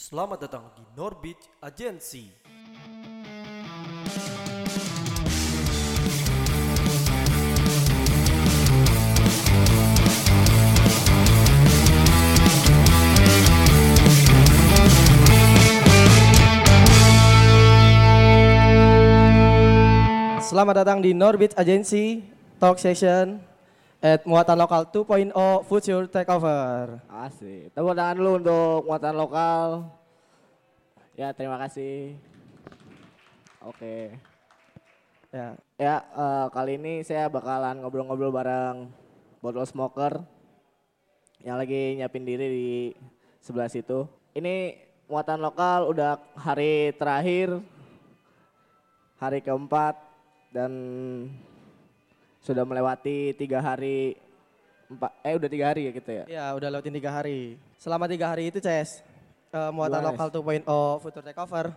Selamat datang di Norbit Agency. Selamat datang di Norbit Agency Talk Session at Muatan Lokal 2.0 Future Takeover. Asik. Tepuk tangan dulu untuk muatan lokal. Ya, terima kasih. Oke. Kali ini saya bakalan ngobrol-ngobrol bareng Bottle Smoker yang lagi nyiapin diri di sebelah situ. Ini muatan lokal udah hari terakhir, hari keempat, dan sudah melewati 3 hari. Udah 3 hari ya gitu ya? Ya, udah lewatin 3 hari. Selama 3 hari itu, Ces, Muatan Gimana, Lokal 2.0 Future Takeover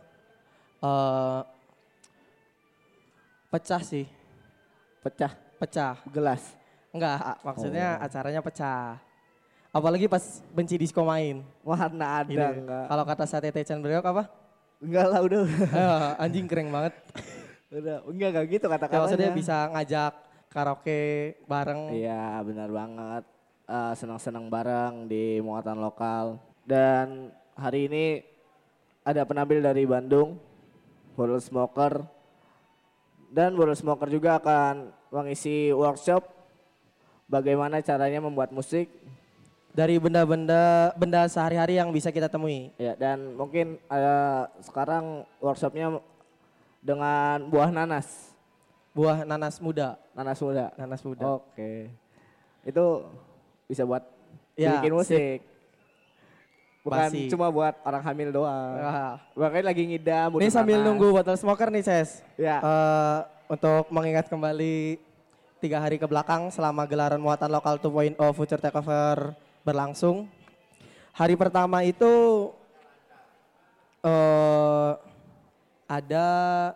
pecah sih. Pecah gelas. Enggak, maksudnya acaranya pecah. Apalagi pas Benci Disco main. Warna ada Ini, enggak? kalau kata Sate Chan Beryok apa? Enggak lah udah. Anjing keren banget. Udah, enggak gitu Ya, kata-katanya. maksudnya bisa ngajak karaoke bareng. Iya benar banget. Senang-senang bareng di muatan lokal. Dan hari ini ada penampil dari Bandung, Bottle Smoker. Dan Bottle Smoker juga akan mengisi workshop bagaimana caranya membuat musik. Dari benda sehari-hari yang bisa kita temui. Ya, dan mungkin sekarang workshopnya dengan buah nanas. Buah nanas muda. Nanas muda. Nanas muda. Oke. Itu bisa buat Ya, bikin musik. Bukan Basi. cuma buat orang hamil doang. Makanya lagi ngidam. Ini butuh sambil nanas. nunggu Bottle Smoker nih, Ces. Ya. Untuk mengingat kembali 3 hari ke belakang selama gelaran Muatan Lokal 2.0 Future Takeover berlangsung. Hari pertama itu ada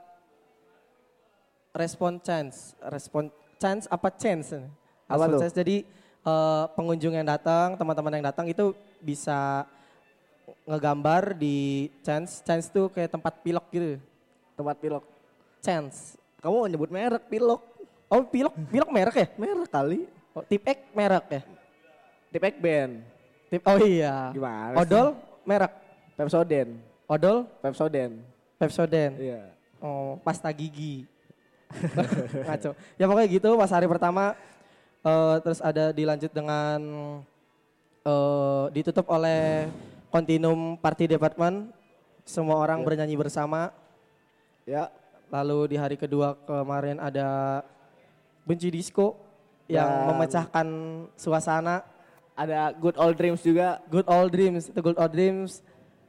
respon chance apa chance? Apa Respon tuh? chance. Jadi pengunjung yang datang, teman-teman yang datang itu bisa ngegambar di chance. Chance tuh kayak tempat pilok gitu. Tempat pilok. Chance. Kamu nyebut merek pilok. Oh, pilok merek ya? Merek kali. Oh, tip X merek ya? Tipek band. Oh iya. Gimana sih? Odol merek. Pepsoden. Odol Pepsoden. Pepsodent. Iya. Oh, pasta gigi. Ngaco. Ya pokoknya gitu pas hari pertama terus ada dilanjut dengan ditutup oleh Continuum Party Department. Semua orang bernyanyi bersama. Ya. Lalu di hari kedua kemarin ada Benci Disco yang Dan memecahkan suasana. ada Good Old Dreams juga. Good Old Dreams, itu Good Old Dreams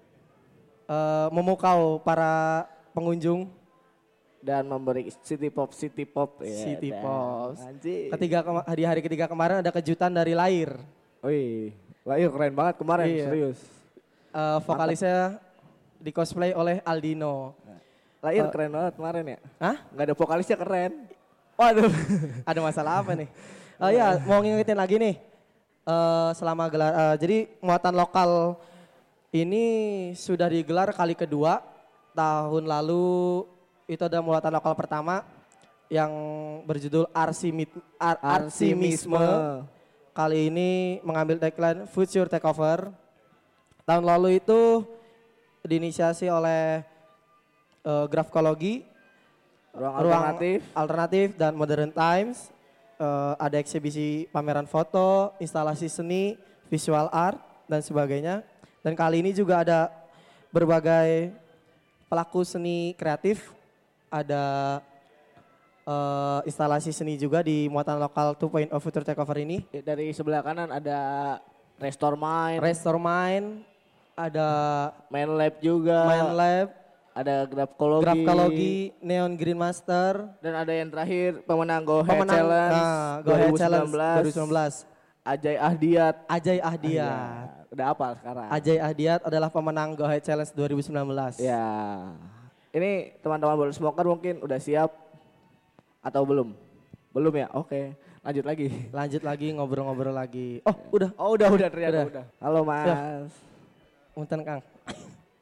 memukau para pengunjung. Dan memberi city pop. Ya, City dan Pop. anjing. Di hari ketiga kemarin ada kejutan dari Lair. Wih, Lahir keren banget kemarin, Iya. serius. Vokalisnya di cosplay oleh Aldino. Lahir keren banget kemarin ya. Hah? Nggak ada vokalisnya keren. Waduh, ada masalah apa nih? Ya, mau ngingetin lagi nih. Selama gelar, jadi muatan lokal ini sudah digelar kali kedua. Tahun lalu itu ada muatan lokal pertama yang berjudul Arsimisme. Kali ini mengambil tagline Future Takeover. Tahun lalu itu diinisiasi oleh Grafkologi, Ruang Alternatif dan Modern Times. Ada eksibisi pameran foto, instalasi seni, visual art dan sebagainya. Dan kali ini juga ada berbagai pelaku seni kreatif. Ada instalasi seni juga di muatan lokal 2.0 Future Takeover ini. Dari sebelah kanan ada Restore Mind, ada Main Lab juga. Mind Lab, Ada Grafkologi. Neon Green Master. Dan ada yang terakhir pemenang Go Ahead Challenge Go Ahead Challenge 2019. Ajay Ahdiat. Ajay Ahdiat. Udah apa sekarang? Ajay Ahdiat adalah pemenang Go Ahead Challenge 2019. Ya. Ini teman-teman Bottle Smoker mungkin udah siap atau belum? Belum ya? Oke. Lanjut lagi. Ngobrol-ngobrol lagi. Oh, udah. Oh, udah ternyata udah. Halo Mas. Punten Kang.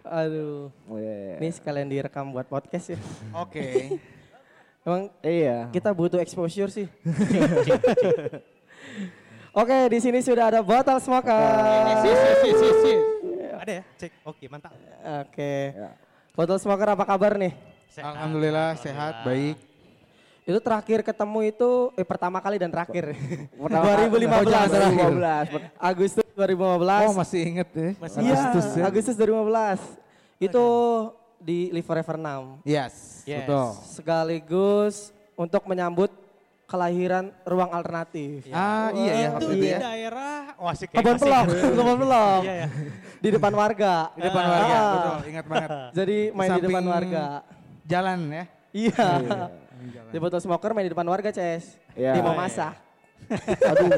Aduh. Oh, iya. Ini sekalian direkam buat podcast ya. Oke. Emang Iya. kita butuh exposure sih. Oke, di sini sudah ada botol smoker. Ada ya? Cek. Oke, mantap. Oke. Ya. Botol smoker apa kabar nih? Sehat. Alhamdulillah sehat, baik. Itu terakhir ketemu itu pertama kali dan terakhir. Pertama 2015. 2015. Agustus 2015. Oh masih inget ya? Iya, Agustus ya? Agustus 2015. Itu di Live Forever 6. Yes, Yes. betul. Sekaligus untuk menyambut kelahiran ruang alternatif. Iya ya Itu waktu itu di ya. daerah, wah sih Kebon Pelong, Kebon Pelong. Iya, iya. Di depan warga. Di depan warga, Ah. betul, ingat banget. Jadi main di depan Samping warga. Jalan ya. Iya. Di botol smoker main di depan warga, Ces. Iya. Dia mau masak. Aduh.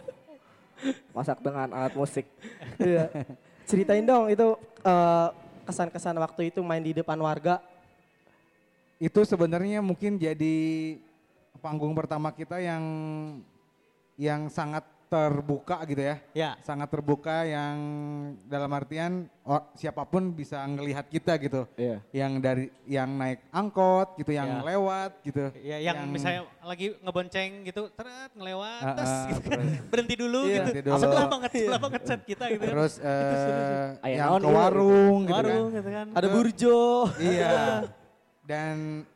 Masak dengan alat musik. Iya. Ceritain dong itu kesan-kesan waktu itu main di depan warga. Itu sebenarnya mungkin jadi panggung pertama kita yang sangat terbuka gitu ya. Ya. Sangat terbuka yang dalam artian siapapun bisa ngelihat kita gitu. Iya. Yang naik angkot gitu, yang Ya. lewat gitu. Ya, yang misalnya lagi ngebonceng gitu, teret ngelewat, Ah, terus ah, gitu kan. terus. Berhenti dulu Iya. gitu. Berhenti dulu. Sebelah banget chat kita gitu kan. Terus Ayah yang naon ke ieu, warung gitu Warung kan. gitu kan. Ada burjo. Iya. Dan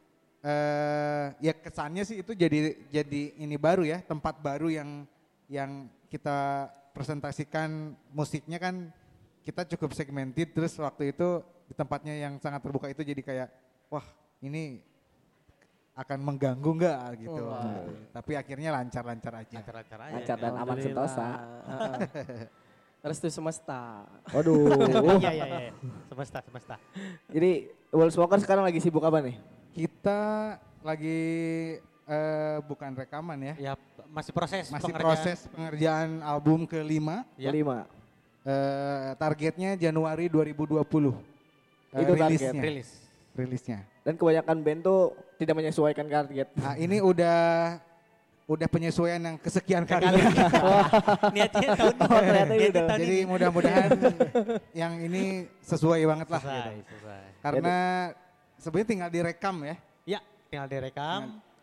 ya kesannya sih itu jadi ini baru ya, tempat baru yang kita presentasikan musiknya kan kita cukup segmented, terus waktu itu di tempatnya yang sangat terbuka itu jadi kayak wah ini akan mengganggu nggak gitu. Tapi akhirnya lancar-lancar aja. Lancar-lancar aja. Lancar dan aman sentosa. Restu semesta. Waduh. Iya, iya, iya. Semesta. Jadi World Smoker sekarang lagi sibuk apa nih? Kita lagi bukan rekaman ya. Ya, masih proses Masih pengerjaan. proses pengerjaan album kelima. Ya. Kelima. Targetnya Januari 2020. Itu target. Rilisnya. Dan kebanyakan band tuh tidak menyesuaikan target. Nah, ini udah penyesuaian yang kesekian kali. Niatnya tahun ini. ternyata Niatnya gitu. tahun Jadi ini. mudah-mudahan yang ini sesuai banget lah. Selesai, Gitu. selesai. Karena sebenarnya tinggal direkam ya. Ya, tinggal direkam.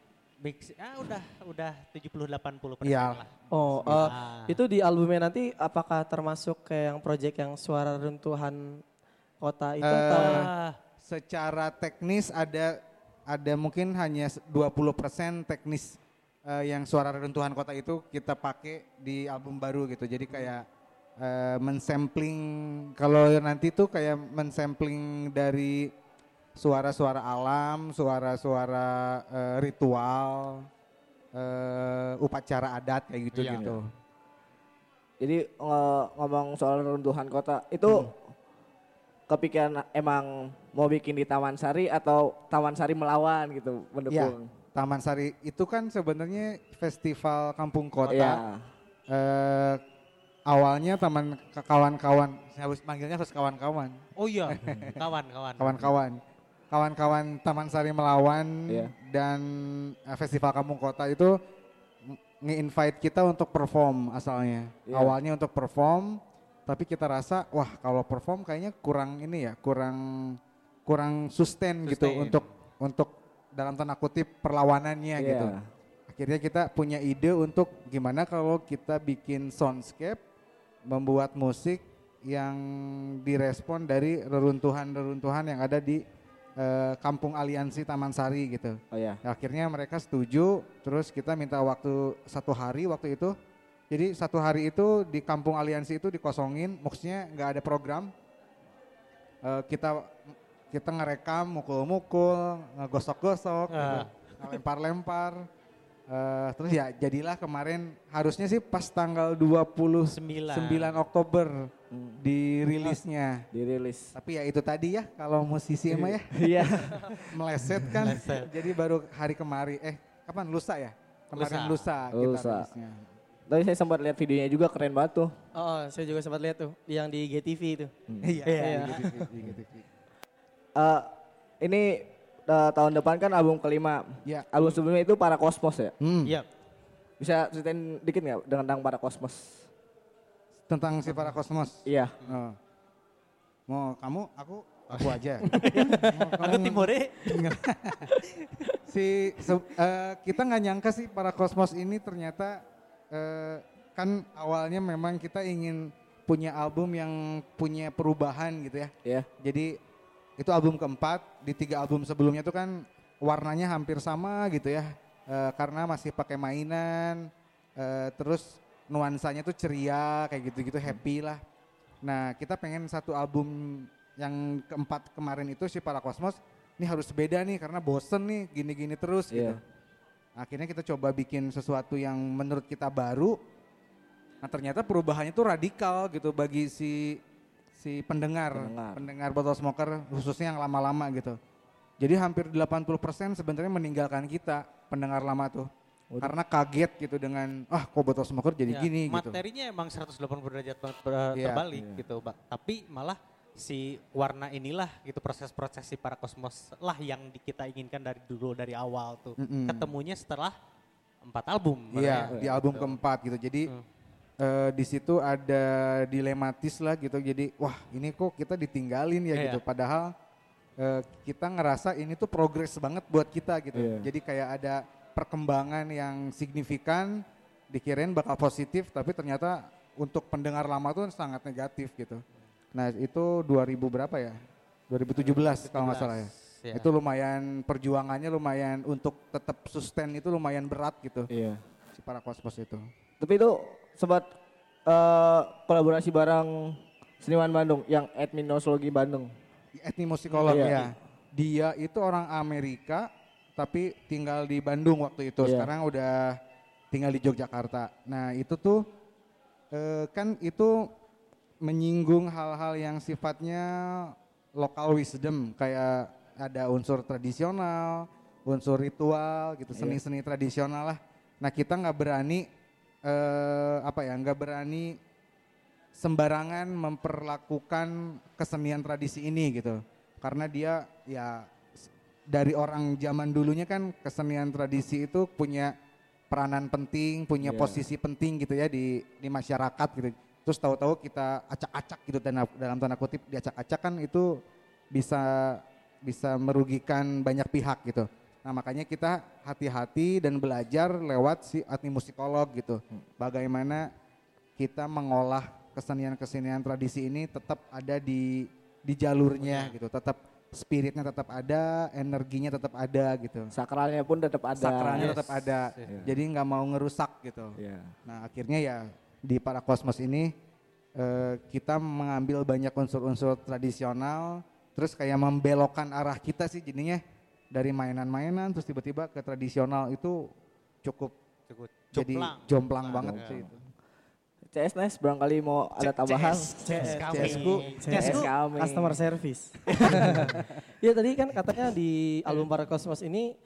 Udah 70-80% Iya. lah. Oh, Ah. itu di albumnya nanti apakah termasuk kayak yang project yang suara runtuhan kota itu atau Ah, Secara teknis ada mungkin hanya 20% teknis yang suara reruntuhan kota itu kita pakai di album baru gitu. Jadi kayak mensampling, kalau nanti tuh kayak mensampling dari suara-suara alam, suara-suara ritual, upacara adat kayak gitu Iya. gitu. Jadi ngomong soal runtuhan kota itu kepikiran emang mau bikin di Taman Sari atau Taman Sari melawan gitu Ya, mendukung. Taman Sari itu kan sebenarnya festival kampung kota. Iya. Awalnya taman kawan-kawan, saya harus manggilnya harus kawan-kawan. Oh iya, kawan-kawan. Kawan-kawan Taman Sari Melawan Iya. dan Festival Kampung Kota itu nge-invite kita untuk perform asalnya. Iya. Awalnya untuk perform, tapi kita rasa wah kalau perform kayaknya kurang ini ya, kurang sustain gitu untuk dalam tanda kutip perlawanannya Iya. gitu. Akhirnya kita punya ide untuk gimana kalau kita bikin soundscape, membuat musik yang direspon dari reruntuhan-reruntuhan yang ada di Kampung Aliansi Taman Sari gitu. Oh ya. Akhirnya mereka setuju, terus kita minta waktu 1 hari waktu itu. Jadi 1 hari itu di Kampung Aliansi itu dikosongin, maksudnya nggak ada program. Kita ngerekam, mukul-mukul, ngegosok-gosok, gitu, lempar-lempar. Terus ya jadilah kemarin harusnya sih pas tanggal 29 Oktober dirilisnya. Dirilis. Tapi ya itu tadi ya kalau musisi emang ya Iya. meleset kan. Jadi baru hari kemarin kapan lusa ya? Kemarin lusa kita Lusa. rilisnya. Tadi saya sempat lihat videonya juga keren banget tuh. Oh, saya juga sempat lihat tuh yang di GTV itu. Iya. Iya. Ini tahun depan kan album kelima. Ya. Album sebelumnya itu Para Kosmos ya. Iya. Bisa ceritain dikit nggak tentang Para Kosmos? Tentang si Para Kosmos. Iya. Oh. Mau kamu, aku aja. Aku Timore. Kita nggak nyangka sih para Cosmos ini ternyata kan awalnya memang kita ingin punya album yang punya perubahan gitu ya. Iya. Jadi itu album keempat, di 3 album sebelumnya itu kan warnanya hampir sama gitu ya. Karena masih pakai mainan, terus nuansanya tuh ceria kayak gitu-gitu, happy lah. Nah kita pengen satu album yang keempat kemarin itu si Para Cosmos, ini harus beda nih karena bosen nih gini-gini terus gitu. Akhirnya kita coba bikin sesuatu yang menurut kita baru. Nah ternyata perubahannya tuh radikal gitu bagi si pendengar Bottle Smoker khususnya yang lama-lama gitu. Jadi hampir 80% sebenarnya meninggalkan kita pendengar lama tuh. Karena kaget gitu dengan kok Bottle Smoker jadi gini gitu. Materinya emang 180 derajat terbalik gitu, tapi malah si warna inilah gitu proses-proses si Para Cosmos lah yang kita inginkan dari dulu dari awal tuh. Ketemunya setelah 4 album. Iya, di album keempat gitu. Jadi di situ ada dilematis lah gitu. Jadi wah ini kok kita ditinggalin ya gitu. Padahal kita ngerasa ini tuh progres banget buat kita gitu. Jadi kayak ada perkembangan yang signifikan, dikirain bakal positif tapi ternyata untuk pendengar lama tuh sangat negatif gitu. Nah itu 2000 berapa ya? 2017 kalau nggak salah ya. Itu lumayan perjuangannya lumayan untuk tetap sustain itu lumayan berat gitu. Si Para Cosmos itu. Tapi itu sempat kolaborasi bareng seniman Bandung yang etnologi Bandung. Etnomusikolog ya. Dia itu orang Amerika tapi tinggal di Bandung waktu itu. Sekarang udah tinggal di Yogyakarta. Nah itu tuh kan itu menyinggung hal-hal yang sifatnya local wisdom. Kayak ada unsur tradisional, unsur ritual gitu, seni-seni tradisional lah. Nah kita nggak berani nggak berani sembarangan memperlakukan kesenian tradisi ini gitu. Karena dia ya dari orang zaman dulunya kan kesenian tradisi itu punya peranan penting, punya posisi penting gitu ya di masyarakat gitu. Terus tahu-tahu kita acak-acak gitu dalam tanda kutip diacak-acak kan itu bisa merugikan banyak pihak gitu. Nah makanya kita hati-hati dan belajar lewat si etnomusikolog gitu. Bagaimana kita mengolah kesenian-kesenian tradisi ini tetap ada di jalurnya gitu, tetap spiritnya tetap ada, energinya tetap ada gitu. Sakralnya pun tetap ada. Sakralnya tetap ada. Jadi nggak mau ngerusak gitu. Nah akhirnya ya di Para Cosmos ini kita mengambil banyak unsur-unsur tradisional, terus kayak membelokkan arah kita sih jadinya dari mainan-mainan terus tiba-tiba ke tradisional itu cukup jadi jomplang banget sih itu. CS Nes barangkali mau ada tambahan. CS-ku customer service. Ya tadi kan katanya di album Para Cosmos ini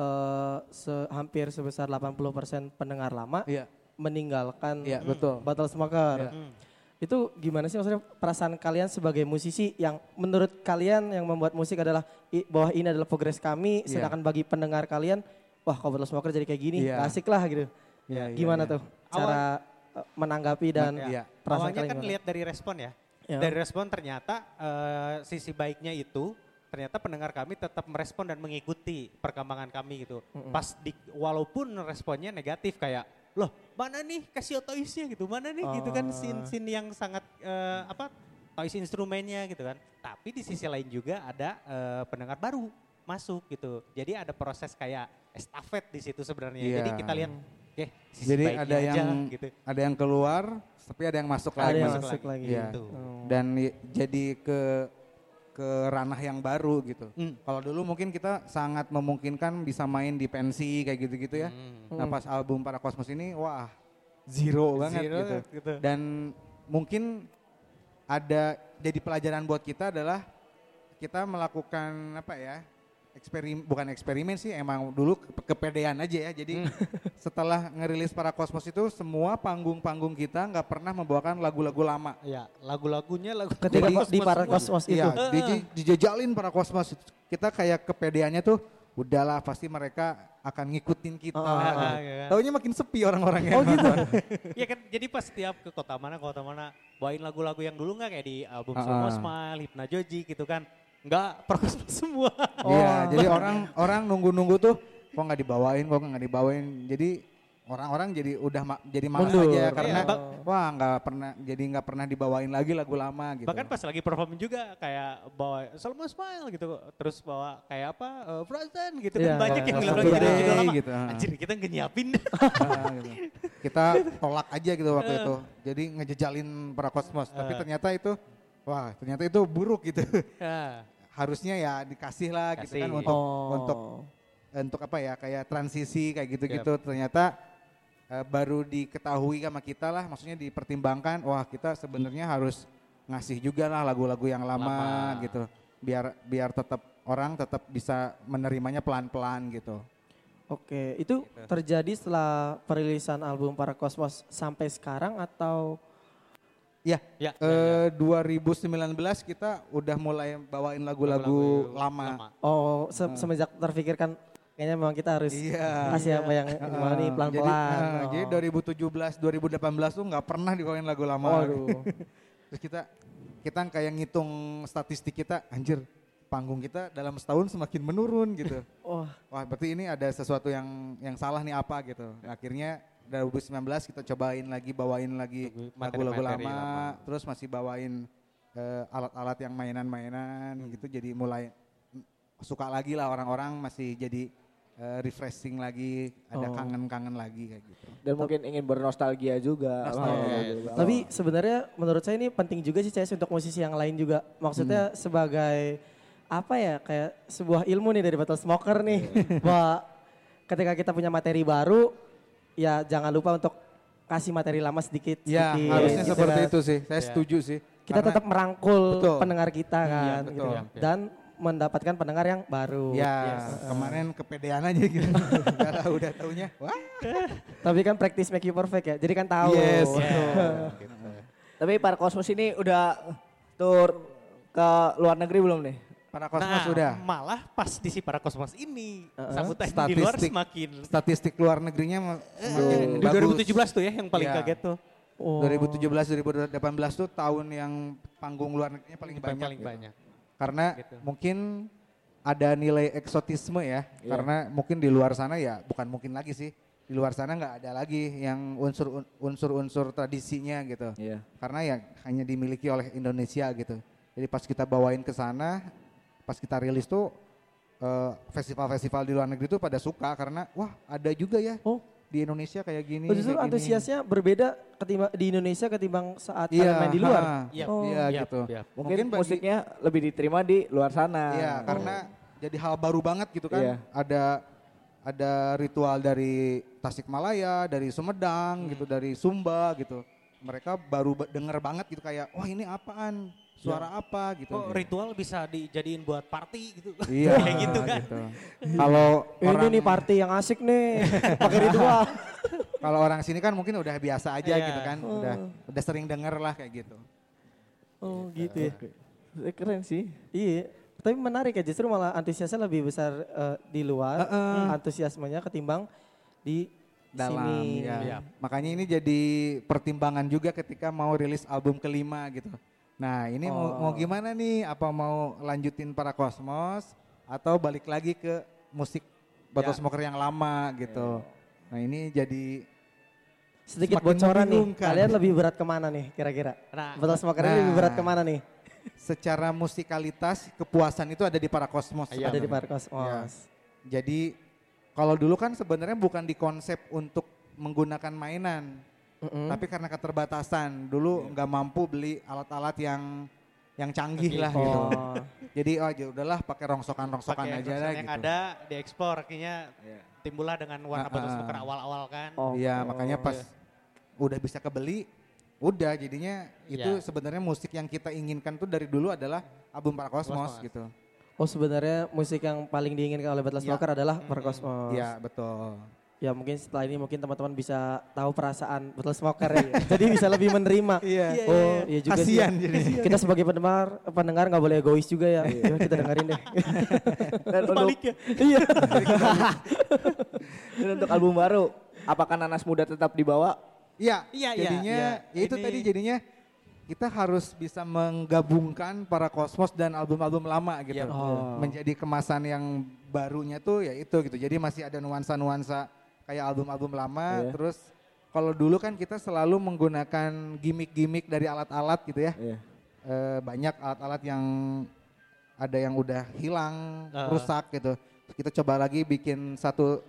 hampir sebesar 80% pendengar lama meninggalkan Bottle Smoker. Itu gimana sih maksudnya perasaan kalian sebagai musisi yang menurut kalian yang membuat musik adalah bahwa ini adalah progres kami, sedangkan bagi pendengar kalian wah kok Bottle Smoker jadi kayak gini, asik lah gitu. Gimana tuh cara menanggapi dan perasaan awalnya kan gimana? lihat dari respon ya. Dari respon ternyata sisi baiknya itu ternyata pendengar kami tetap merespon dan mengikuti perkembangan kami gitu. Walaupun responnya negatif kayak loh mana nih kasih toysnya gitu, mana nih gitu kan scene yang sangat toys instrumennya gitu kan. Tapi di sisi lain juga ada pendengar baru masuk gitu. Jadi ada proses kayak estafet di situ sebenarnya. Jadi kita lihat jadi ada yang keluar tapi ada yang masuk lagi. Gitu. Dan jadi ke ranah yang baru gitu. Kalau dulu mungkin kita sangat memungkinkan bisa main di pensi kayak gitu-gitu ya. Nah pas album Para Cosmos ini wah zero banget gitu. Dan mungkin ada jadi pelajaran buat kita adalah kita melakukan bukan eksperimen sih, emang dulu kepedean aja ya. Jadi setelah ngerilis Para Cosmos itu semua panggung-panggung kita nggak pernah membawakan lagu-lagu lama. Iya, lagu-lagunya ketika di Para Cosmos itu. Iya, dijejalin Para Cosmos. Kita kayak kepedeannya tuh, udahlah pasti mereka akan ngikutin kita. Iya. Taunya makin sepi orang-orangnya. Oh gitu. Iya kan, jadi pas setiap ke kota mana bawain lagu-lagu yang dulu nggak kayak di album Slow Smile, Hypna Joji gitu kan. Enggak, Parkosmos semua. Iya, jadi orang nunggu-nunggu tuh kok nggak dibawain. Jadi orang-orang jadi jadi malas Mundur. aja karena Iya, wah nggak pernah dibawain lagi lagu lama gitu. Bahkan pas lagi perform juga kayak bawa Slow Smile gitu, terus bawa kayak apa, Frozen gitu Iya, kan banyak yang Frozen bilang judul Day lama. gitu. Anjir kita nggak nyiapin. Gitu. Kita tolak aja gitu waktu itu. Jadi ngejejalin Parkosmos, tapi ternyata itu buruk gitu. Ya. Harusnya ya dikasih lah gitu kan Kasih. untuk apa ya kayak transisi kayak gitu-gitu. Ternyata baru diketahui sama kita lah, maksudnya dipertimbangkan, wah kita sebenarnya harus ngasih juga lah lagu-lagu yang lama gitu, biar tetap orang tetap bisa menerimanya pelan-pelan gitu. Oke, itu terjadi setelah perilisan album Parkosmos sampai sekarang atau? Ya, Ya, 2019 kita udah mulai bawain lagu-lagu lama. Oh, semenjak terfikirkan kayaknya memang kita harus kasih apa yang gimana nih pelan-pelan. Jadi 2017, 2018 tuh nggak pernah dibawain lagu lama. Waduh. Terus kita kayak ngitung statistik kita, anjir panggung kita dalam setahun semakin menurun gitu. Wah berarti ini ada sesuatu yang salah nih apa gitu. Akhirnya 2019 kita bawain lagi lagu-lagu lama, terus masih bawain alat-alat yang mainan-mainan gitu, jadi mulai suka lagi lah orang-orang, masih jadi refreshing lagi, ada kangen-kangen lagi kayak gitu. Dan mungkin ingin bernostalgia juga. Tapi sebenarnya menurut saya ini penting juga sih CS untuk musisi yang lain juga. Maksudnya sebagai apa ya, kayak sebuah ilmu nih dari Battle Smoker nih. Bahwa ketika kita punya materi baru, ya jangan lupa untuk kasih materi lama sedikit. Ya harusnya gitu seperti kan. itu sih, saya setuju sih. Kita tetap merangkul Betul. pendengar kita kan. Betul. Gitu. Dan mendapatkan pendengar yang baru. Ya kemarin kepedean aja gitu. Karena udah taunya, wah. Tapi kan practice make you perfect ya, jadi kan tahu. Yes. Tapi Parkosmos ini udah tour ke luar negeri belum nih? Parkosmos udah. Malah pas di si Parkosmos ini sambutan di luar semakin. Statistik luar negerinya Di bagus. 2017 tuh ya yang paling Iya. kaget tuh. 2017 2018 tuh tahun yang panggung luar negerinya paling banyak. Paling gitu. banyak. Karena Gitu. mungkin ada nilai eksotisme ya. Karena mungkin di luar sana ya, bukan mungkin lagi sih. Di luar sana nggak ada lagi yang unsur-unsur tradisinya gitu. Iya. Karena ya hanya dimiliki oleh Indonesia gitu. Jadi pas kita bawain ke sana, pas kita rilis tuh festival-festival di luar negeri tuh pada suka karena wah ada juga ya di Indonesia kayak gini. Justru kayak gini. antusiasnya berbeda di Indonesia ketimbang saat kalian main di luar. Iya gitu. Mungkin bagi- musiknya lebih diterima di luar sana. Iya, karena jadi hal baru banget gitu kan. Iya. Ada ritual dari Tasikmalaya, dari Sumedang gitu, dari Sumba gitu. Mereka baru denger banget gitu kayak, wah ini apaan? Suara apa gitu. Oh, ritual bisa dijadiin buat party gitu. Iya, Kayak gitu kan. Kalau Ini nih party yang asik nih, pakai ritual. kalau orang sini kan mungkin udah biasa aja Iya. gitu kan. Udah sering denger lah kayak gitu. Oh gitu ya. Keren sih. Iya, tapi menarik ya, justru malah antusiasnya lebih besar di luar, antusiasmenya ketimbang di Dalam sini. ya. Iya. Makanya ini jadi pertimbangan juga ketika mau rilis album kelima gitu. Nah ini mau gimana nih? Apa mau lanjutin Parkosmos atau balik lagi ke musik Battle Smoker yang lama gitu. Nah ini jadi Sedikit semakin bocoran nih, membingungkan. kalian lebih berat kemana nih kira-kira? Nah, Battle Smoker ini lebih berat kemana nih? secara musikalitas kepuasan itu ada di Parkosmos. Ada di sebenarnya. Parkosmos. Jadi kalau dulu kan sebenarnya bukan di konsep untuk menggunakan mainan. Tapi karena keterbatasan, dulu nggak mampu beli alat-alat yang canggih lah gitu. Jadi ya udahlah pakai rongsokan-rongsokan pakai aja rongsokan lah yang gitu. ada diekspor akhirnya timbullah dengan warna Battle Smoker awal-awal kan. Iya, makanya pas udah bisa kebeli, udah jadinya itu sebenarnya musik yang kita inginkan tuh dari dulu adalah album Parkosmos gitu. Oh sebenarnya musik yang paling diinginkan oleh Battle Smoker adalah Parkosmos. Iya, betul. Ya mungkin setelah ini mungkin teman-teman bisa tahu perasaan Bottle Smoker ya. Jadi bisa lebih menerima. Iya. Oh iya juga sih. Kasian jadinya. Kita sebagai pendengar nggak boleh egois juga ya. Ya, kita dengerin deh. Dan untuk, Iya. dan untuk album baru, apakah Nanas Muda tetap dibawa? Iya, Iya, iya, jadinya iya. ya itu Ini- tadi jadinya kita harus bisa menggabungkan para Cosmos dan album-album lama gitu. Iya. Oh. Menjadi kemasan yang barunya tuh ya itu gitu. Jadi masih ada nuansa-nuansa kayak album-album lama. Iya. Terus kalau dulu kan kita selalu menggunakan gimmick-gimmick dari alat-alat gitu ya. Iya. Banyak alat-alat yang ada yang udah hilang, rusak gitu. Kita coba lagi bikin satu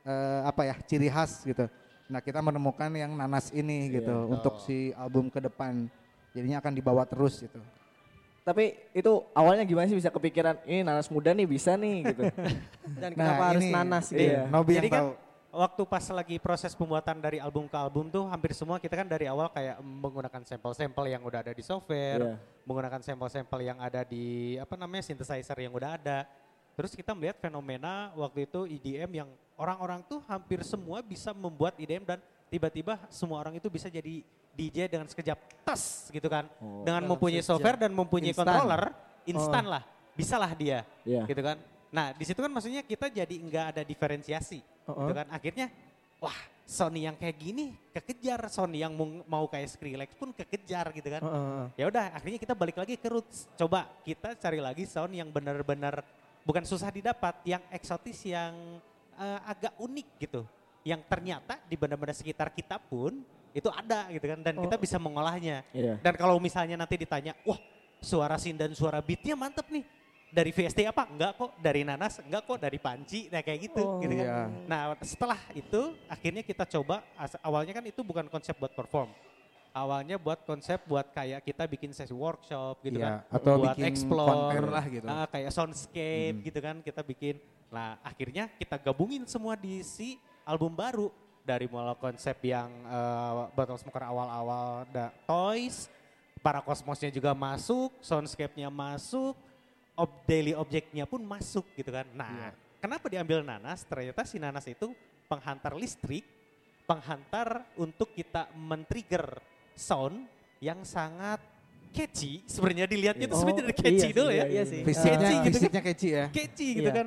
ciri khas gitu. Nah kita menemukan yang Nanas ini gitu untuk si album ke depan. Jadinya akan dibawa terus gitu. Tapi itu awalnya gimana sih bisa kepikiran ini Nanas Muda nih bisa nih gitu. Dan kenapa harus ini, nanas gitu? Iya. Nobi Jadi yang kan tahu. waktu pas lagi proses pembuatan dari album ke album tuh hampir semua kita kan dari awal kayak menggunakan sampel-sampel yang udah ada di software, Iya. menggunakan sampel-sampel yang ada di synthesizer yang udah ada. Terus kita melihat fenomena waktu itu EDM yang orang-orang tuh hampir semua bisa membuat EDM dan tiba-tiba semua orang itu bisa jadi DJ dengan sekejap tas gitu kan. Dengan Dalam mempunyai sekejap. software dan mempunyai Instan. controller, instan lah. Bisalah dia Iya. gitu kan. Nah di situ kan maksudnya kita jadi nggak ada diferensiasi gitu kan. Akhirnya wah Sony yang kayak gini kekejar, Sony yang mau kayak Skrillex pun kekejar gitu kan. Ya udah akhirnya kita balik lagi ke roots. Coba kita cari lagi sound yang benar-benar bukan susah didapat, yang eksotis, yang agak unik gitu. Yang ternyata di benar-benar sekitar kita pun itu ada gitu kan dan kita bisa mengolahnya. Iya. Dan kalau misalnya nanti ditanya, wah suara sin dan suara beatnya mantep nih. Dari VST apa? Enggak kok. Dari Nanas? Enggak kok. Dari Panci? Nah kayak gitu. Gitu kan. Iya. Nah setelah itu akhirnya kita coba, awalnya kan itu bukan konsep buat perform. Awalnya buat konsep buat kayak kita bikin sesi workshop gitu Iya, kan. atau buat bikin explore konten lah gitu. Kayak soundscape gitu kan kita bikin. Nah akhirnya kita gabungin semua di si album baru. Dari mulai konsep yang Bottle Smoker awal-awal toys, para kosmosnya juga masuk, soundscape-nya masuk, daily object-nya pun masuk gitu kan. Nah kenapa diambil Nanas? Ternyata si Nanas itu penghantar listrik, penghantar untuk kita men-trigger sound yang sangat catchy. Sebenarnya dilihatnya itu sebenarnya dari catchy dulu ya. Iya sih. Fisiknya catchy ya. Catchy gitu Iya. kan.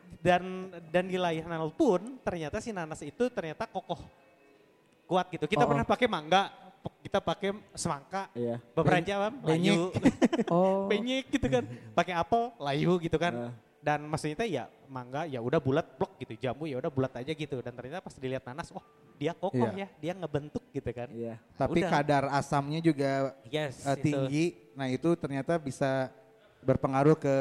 Dan di layar pun ternyata si Nanas itu ternyata kokoh. Kuat gitu. Kita pernah pakai mangga, kita pakai semangka, Iya. beberapa jam layu. Oh. Penyek gitu kan. Pakai apel, layu gitu kan. Dan maksudnya ya mangga ya udah bulat blok gitu, jamu ya udah bulat aja gitu. Dan ternyata pas dilihat Nanas, wah dia kokoh Iya. ya, dia ngebentuk gitu kan. Iya. Tapi Udah. kadar asamnya juga Yes, tinggi. Nah itu ternyata bisa berpengaruh ke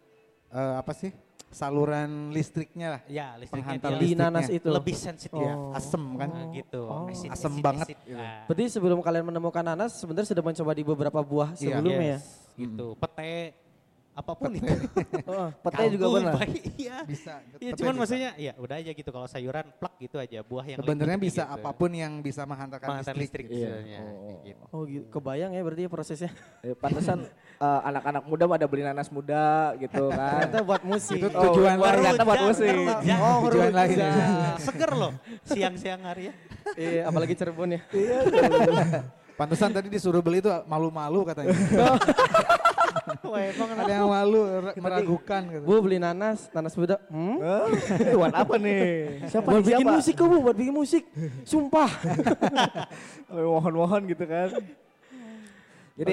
saluran listriknya lah. Ya listriknya Penghantar dia Di listriknya. nanas itu. lebih sensitif. Oh. Asem kan. Nah, gitu. Acid, Asem acid, banget acid. gitu. Nah, Berarti sebelum kalian menemukan nanas sebenarnya sudah mencoba di beberapa buah Iya. sebelumnya ya? gitu. Pete, apapun itu. Pete juga Kaldu, pernah. baik, Iya. Bisa. Iya, Pete cuman bisa. maksudnya ya udah aja gitu kalau sayuran plak gitu aja, buah yang Sebenarnya liquid bisa gitu. apapun yang bisa menghantarkan Penghantar listrik. listrik Iya. sebenarnya, kayak gitu. Oh gitu. Kebayang ya berarti ya prosesnya. Pantesan anak-anak muda pada beli nanas muda gitu kan. Ternyata buat musik. Itu tujuan Oh, lain. ternyata buat musik. Oh, Tujuan lain. Seger loh siang-siang hari ya. Iya, apalagi Cirebon ya. Pantesan tadi disuruh beli itu malu-malu katanya. Wah, emang Ada yang malu, meragukan gitu. Bu beli nanas muda. Buat apa nih? Siapa Buat nih, bikin siapa? musik kok Bu, buat bikin musik. Sumpah. Mohon-mohon gitu kan. Jadi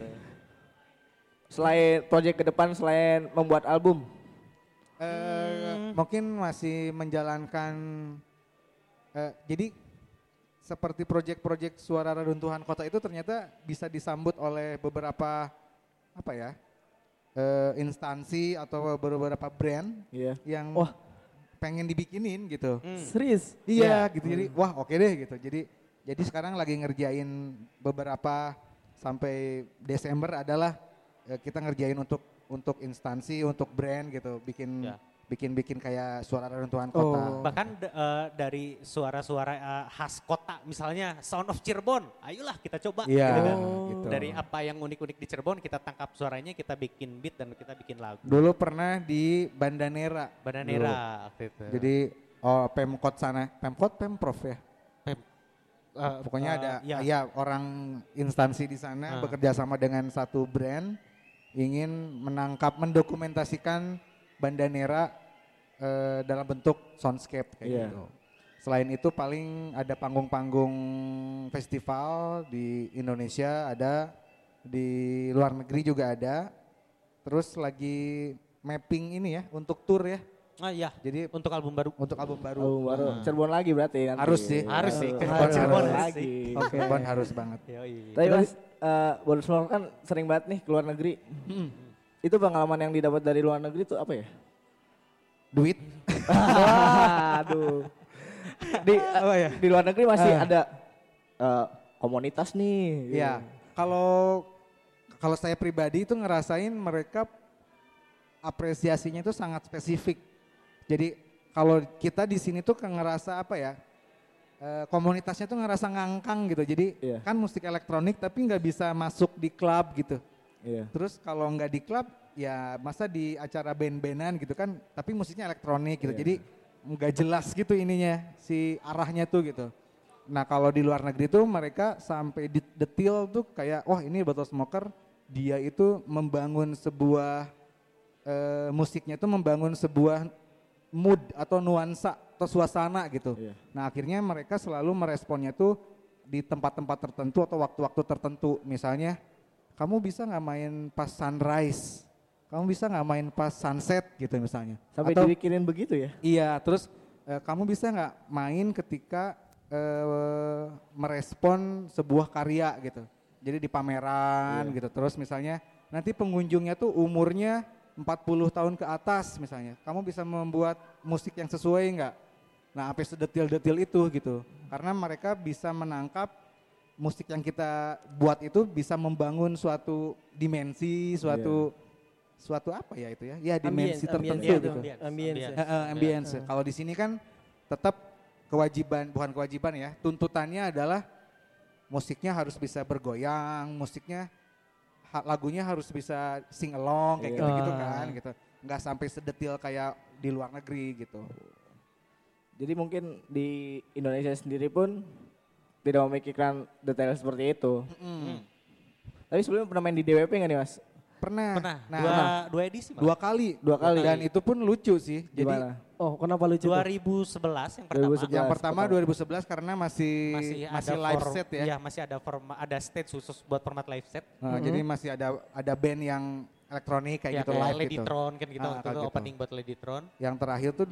selain proyek ke depan, selain membuat album, Mungkin masih menjalankan, jadi seperti proyek-proyek suara reruntuhan kota itu ternyata bisa disambut oleh beberapa instansi atau beberapa brand iya. yang Wah. pengen dibikinin gitu. Serius? Iya gitu, jadi wah oke deh gitu. Jadi sekarang lagi ngerjain beberapa sampai Desember adalah kita ngerjain untuk instansi, untuk brand gitu, bikin kayak suara reruntuhan kota. Bahkan dari suara-suara khas kota, misalnya Sound of Cirebon, ayolah kita coba. Iya, gitu kan. gitu. Dari apa yang unik-unik di Cirebon, kita tangkap suaranya, kita bikin beat dan kita bikin lagu. Dulu pernah di Bandanera. Bandanera waktu itu. Jadi Oh, Pemkot sana, Pemprov ya. Pokoknya ada ya. orang instansi di sana bekerja sama dengan satu brand ingin mendokumentasikan Bandanera dalam bentuk soundscape kayak gitu. Selain itu paling ada panggung-panggung festival di Indonesia ada, di luar negeri juga ada. Terus lagi mapping ini ya untuk tour ya. Iya. Jadi untuk album baru. Cirebon lagi berarti nanti. Harus sih. Cirebon lagi. Oke. Cirebon harus banget. Tapi Mas, Bottle Smoker kan sering banget nih ke luar negeri. Itu pengalaman yang didapat dari luar negeri itu apa ya? Duit. Aduh. Di luar negeri masih ada komunitas nih. Iya. Kalau saya pribadi itu ngerasain mereka apresiasinya itu sangat spesifik. Jadi kalau kita di sini tuh ngerasa apa ya, komunitasnya tuh ngerasa ngangkang gitu. Jadi kan musik elektronik tapi nggak bisa masuk di klub gitu. Terus kalau nggak di klub ya masa di acara band-bandan gitu kan, tapi musiknya elektronik gitu. Jadi nggak jelas gitu ininya si arahnya tuh gitu. Nah kalau di luar negeri tuh mereka sampai detail tuh kayak wah ini Bottle Smoker dia itu membangun sebuah musiknya itu membangun sebuah mood atau nuansa atau suasana gitu. Nah akhirnya mereka selalu meresponnya tuh di tempat-tempat tertentu atau waktu-waktu tertentu. Misalnya kamu bisa nggak main pas sunrise, kamu bisa nggak main pas sunset gitu misalnya. Sampai atau, dibikirin begitu ya? Iya, terus kamu bisa nggak main ketika merespon sebuah karya gitu. Jadi di pameran gitu. Terus misalnya nanti pengunjungnya tuh umurnya 40 tahun ke atas misalnya, kamu bisa membuat musik yang sesuai enggak? Nah sampai sedetil-detil itu gitu, karena mereka bisa menangkap musik yang kita buat itu bisa membangun suatu dimensi, suatu apa ya itu ya? Ya dimensi tertentu gitu. Ambience. Kalau di sini kan tetap bukan kewajiban ya, tuntutannya adalah musiknya harus bisa bergoyang, lagunya harus bisa sing along kayak gitu kan gitu. Nggak sampai sedetil kayak di luar negeri gitu. Jadi mungkin di Indonesia sendiri pun tidak memikirkan detail seperti itu. Tapi sebelumnya pernah main di DWP nggak nih Mas? Pernah. Nah, dua edisi malah. Dua kali. Dan itu pun lucu sih. Gimana? Jadi kenapa lucu? 2011 yang pertama. 2011. Yang pertama 2011 karena masih live set ya. Iya, masih ada stage khusus buat format live set. Jadi masih ada band yang elektronik kayak gitu live gitu. Ladytron kan kita waktu itu opening buat Ladytron. Yang terakhir tuh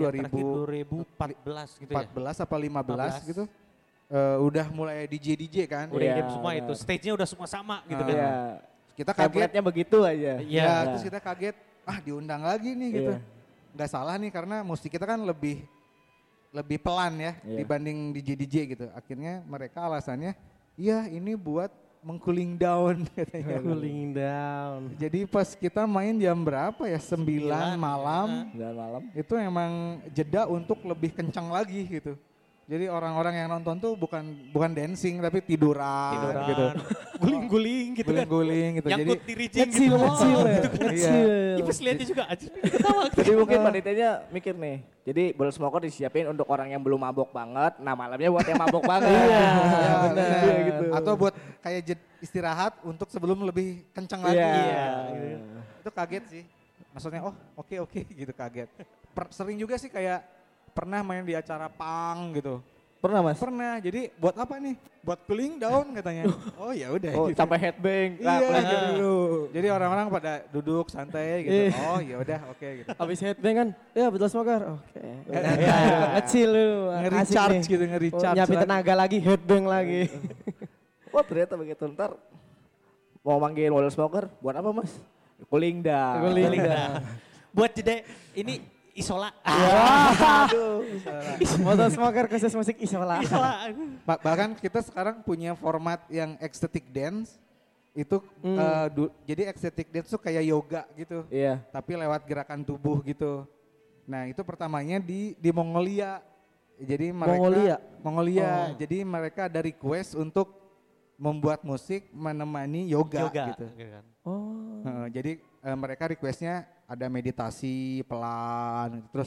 2014 gitu ya. 14 apa 15 gitu. Udah mulai DJ kan. Udah idem semua itu. Stage-nya udah semua sama gitu kan. Kita kagetnya begitu aja. Terus kita kaget, diundang lagi nih gitu. Nggak salah nih karena musik kita kan lebih pelan ya dibanding DJ gitu. Akhirnya mereka alasannya, ini buat meng-cooling down katanya. Cooling down. Jadi pas kita main jam berapa ya? 9 malam. 9 malam. Itu emang jeda untuk lebih kencang lagi gitu. Jadi orang-orang yang nonton tuh bukan dancing tapi tiduran. gitu. Guling-guling gitu kan. Guling-guling gitu. Nyangkut Jadi di rijing Ngecil. Iya, pas lihatnya juga aja ketawa. Jadi mungkin panitianya mikir nih. Jadi Bottle Smoker disiapin untuk orang yang belum mabok banget. Nah malamnya buat yang mabok banget. Iya, gitu. Atau buat kayak istirahat untuk sebelum lebih kencang lagi. Gitu. Itu kaget sih. Maksudnya oke gitu kaget. Sering juga sih kayak pernah main di acara punk gitu. Pernah Mas? Pernah. Jadi buat apa nih? Buat cooling down katanya. Oh ya udah. Gitu. Sampai headbang. Iya. Jadi orang-orang pada duduk santai gitu. Oh ya udah oke gitu. Habis headbang kan, Bottle Smoker. Oke. Kecil lu. Nge-recharge gitu, nge-recharge. Nyiapin tenaga lagi, headbang lagi. Wah ternyata begitu. Ntar mau manggil Bottle Smoker, buat apa Mas? Cooling down. Buat jeda ini Isola. Aduh. Bottle Smoker khusus musik Isola. Bahkan kita sekarang punya format yang ecstatic dance. Itu jadi ecstatic dance tuh kayak yoga gitu. Iya. Tapi lewat gerakan tubuh gitu. Nah itu pertamanya di Mongolia. Jadi mereka Mongolia. Jadi mereka ada request untuk membuat musik menemani yoga gitu. Jadi mereka requestnya ada meditasi pelan, terus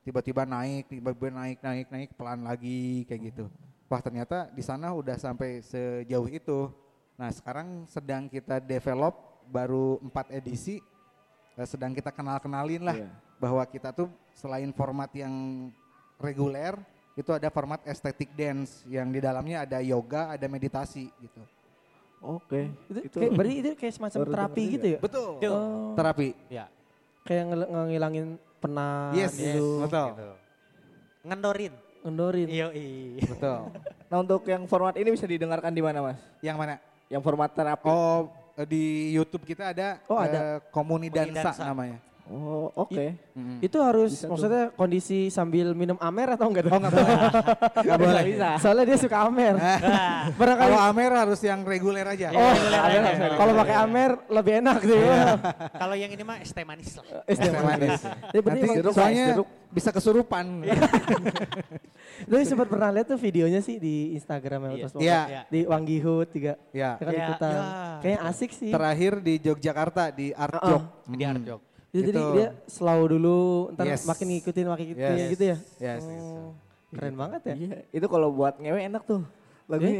tiba-tiba naik pelan lagi kayak gitu. Wah ternyata di sana udah sampai sejauh itu. Nah sekarang sedang kita develop baru 4 edisi, sedang kita kenalin lah bahwa kita tuh selain format yang reguler, itu ada format aesthetic dance yang di dalamnya ada yoga, ada meditasi gitu. Oke. Berarti itu kayak semacam terapi gitu ya? Betul. Oh. Terapi. Ya. Kayak ngilangin penat Yes, gitu. betul. Gitu. Ngendorin. Iya. Betul. Nah untuk yang format ini bisa didengarkan di mana Mas? Yang mana? Yang format terapi. Oh di YouTube kita ada, ada. Komuni Dansa Dansa namanya. Oh oke. Itu harus Bisa maksudnya kondisi sambil minum amer atau enggak? Oh nggak boleh. Nggak boleh. Bisa. Soalnya dia suka amer. Barangkali Kalau Amer harus yang reguler aja. oh, Amer. kalau pakai amer lebih enak gitu. Kalau yang ini mah es teh manis lah. Es teh manis. Dia berarti Nanti emang- soalnya sirup. bisa kesurupan. Tapi sempat pernah lihat tuh videonya sih di Instagram Iya. terus Iya. di Wanggihut juga. Ya. Ya kan Iya, ikutan. iya. Kayaknya asik sih. Terakhir di Yogyakarta di Art Jog. Di Arjok. Jadi Gitu. dia slow dulu, ntar Yes. makin ngikutin Yes. gitu ya. Yes. Oh, keren banget ya. Iya. Itu kalau buat ngewe enak tuh lagunya.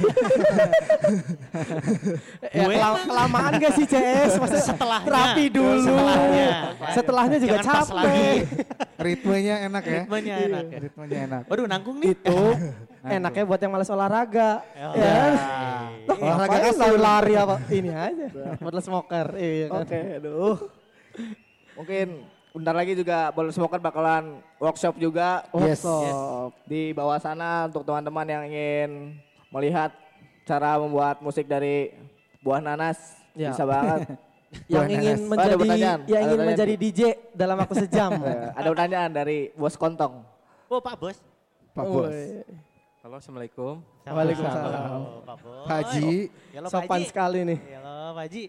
Kelamaan gak sih CS? Maksudnya Setelahnya. terapi dulu. Setelahnya juga Jangan pas lagi. capek. Ritmenya enak ya. Ritmenya enak ya. Ritmenya enak. Waduh nanggung nih. Itu enaknya buat yang malas olahraga. Oh, Ya. Olahraga Olahraga kasar. lari apa? Ini aja. Buat smoker. Iya kan? Oke, aduh. Mungkin bentar lagi juga Bottle Smoker bakalan workshop juga. Yes. Workshop di bawah sana untuk teman-teman yang ingin melihat cara membuat musik dari buah nanas. Ya. Bisa banget. Yang Buah ingin nanas. Ada menjadi pertanyaan. yang Ada ingin pertanyaan. menjadi DJ dalam waktu sejam. Ada pertanyaan dari Bos Kontong. Oh Pak Bos. Pak Bos. Woi. Halo, assalamualaikum. Waalaikumsalam. Halo, Pak Bos. Haji. Halo, Pak Sopan Haji. sekali nih. Halo Pak Haji.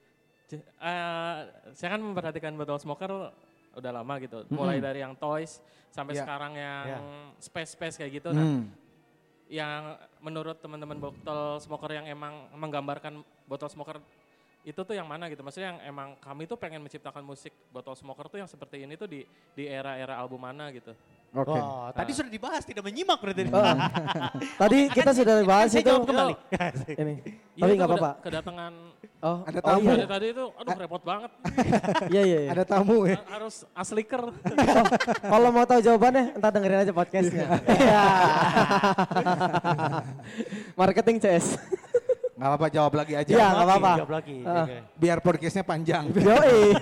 Saya kan memperhatikan Bottle Smoker udah lama gitu. Mulai dari yang toys sampai Ya. sekarang yang Ya. space kayak gitu. Nah, Hmm. yang menurut teman-teman Bottle Smoker yang emang menggambarkan Bottle Smoker itu tuh yang mana gitu? Maksudnya yang emang kami tuh pengen menciptakan musik Bottle Smoker tuh yang seperti ini tuh di era-era album mana gitu? Oke. Oh, tadi sudah dibahas, tidak menyimak berarti. Tadi kita sudah bahas Saya itu. jawab kembali. Ini. Iya, Tapi itu nggak apa-apa. Kedatangan Oh, Ada oh tamu. iya. dari tadi itu, aduh repot banget. Iya iya. Iya. Ada tamu ya. Harus asliker. Kalau mau tahu jawabannya, entar dengerin aja podcastnya. Iya. Marketing CS. Nggak apa-apa jawab lagi aja. Iya, nggak apa-apa. Jawab lagi. Ah. Oke. Biar podcastnya panjang. Yoi.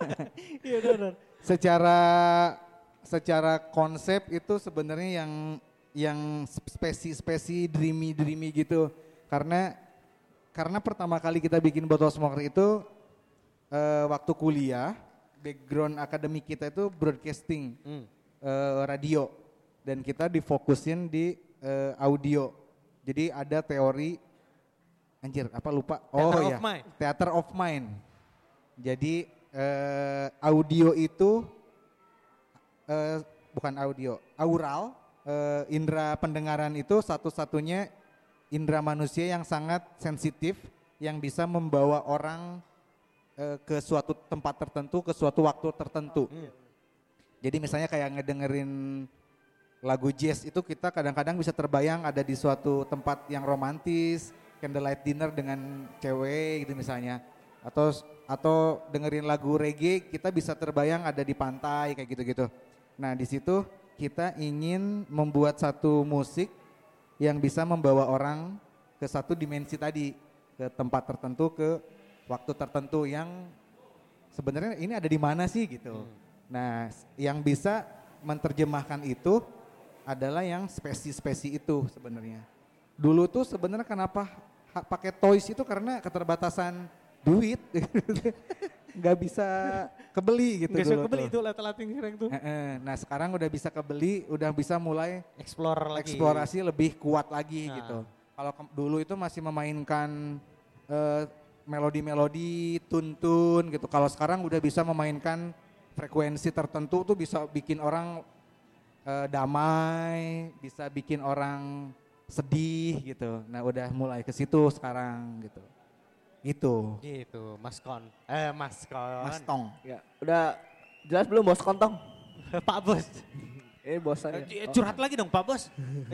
secara konsep itu sebenarnya yang spesi dreamy gitu. Karena pertama kali kita bikin Bottle Smoker itu waktu kuliah, background akademik kita itu broadcasting, radio, dan kita difokusin di audio. Jadi ada teori, anjir apa lupa? Theater Oh of ya, Mind. Theater of Mind. Jadi audio itu bukan audio, aural, indera pendengaran itu satu-satunya indera manusia yang sangat sensitif yang bisa membawa orang ke suatu tempat tertentu, ke suatu waktu tertentu. Jadi misalnya kayak ngedengerin lagu jazz itu kita kadang-kadang bisa terbayang ada di suatu tempat yang romantis, candlelight dinner dengan cewek gitu misalnya. Atau dengerin lagu reggae kita bisa terbayang ada di pantai kayak gitu-gitu. Nah di situ kita ingin membuat satu musik yang bisa membawa orang ke satu dimensi tadi, ke tempat tertentu, ke waktu tertentu yang sebenarnya ini ada di mana sih gitu. Nah yang bisa menerjemahkan itu adalah yang spesi-spesi itu sebenarnya. Dulu tuh sebenarnya kenapa pakai toys itu karena keterbatasan duit. Nggak bisa kebeli gitu. Nggak bisa dulu kebeli tuh. itu lating sekarang tuh. Nah sekarang udah bisa kebeli, udah bisa mulai Explore lagi. eksplorasi lebih kuat lagi Nah. gitu. Kalau dulu itu masih memainkan melodi-melodi, tuntun gitu. Kalau sekarang udah bisa memainkan frekuensi tertentu tuh bisa bikin orang damai, bisa bikin orang sedih gitu. Nah udah mulai ke situ sekarang gitu. Itu. Gitu, Mas Kon. Mas Kon. Mas Tong. Ya, udah jelas belum Bos Kontong? Pak Bos. Bosannya. Curhat lagi dong Pak Bos.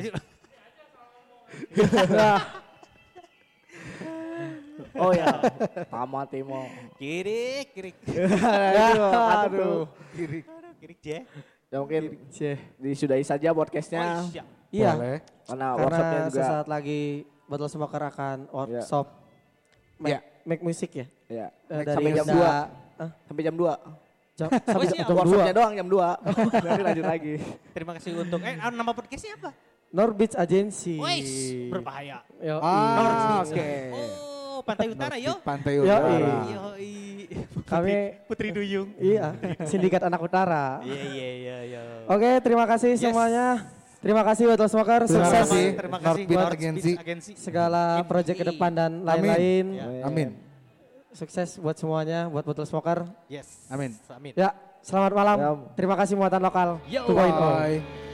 Oh ya, Mama Timo. Kirik. Aduh. Kirik je. Ya mungkin Cih. disudahi saja podcastnya. Oh, siap. Iya. Boleh. Karena Karena workshopnya juga. sesaat lagi Bottle Smoker akan workshop make music ya. Ya. Dari Sampai jam udah- 2. Sampai jam 2. Sampai siap. jam 2. Workshopnya doang jam 2. Nanti lanjut lagi. Terima kasih untuk nama podcastnya apa? Norbits Agency. Wais, berbahaya. Yo, Oke. Oh, Pantai Utara yo. Pantai Yo, Utara. Yoi. Kami Putri Duyung. iya, Sindikat Anak Utara. Iya. Oke, terima kasih semuanya. Terima kasih Bottle Smoker, Terima sukses kasih. Terima kasih Northbeat North Agency. Beach Agency. segala project ke depan dan lain-lain. Amin. Sukses buat semuanya, buat Bottle Smoker. Yes. Amin. Amin. Ya, selamat malam. Ya. Terima kasih muatan lokal. Yo. 2.0. Bye.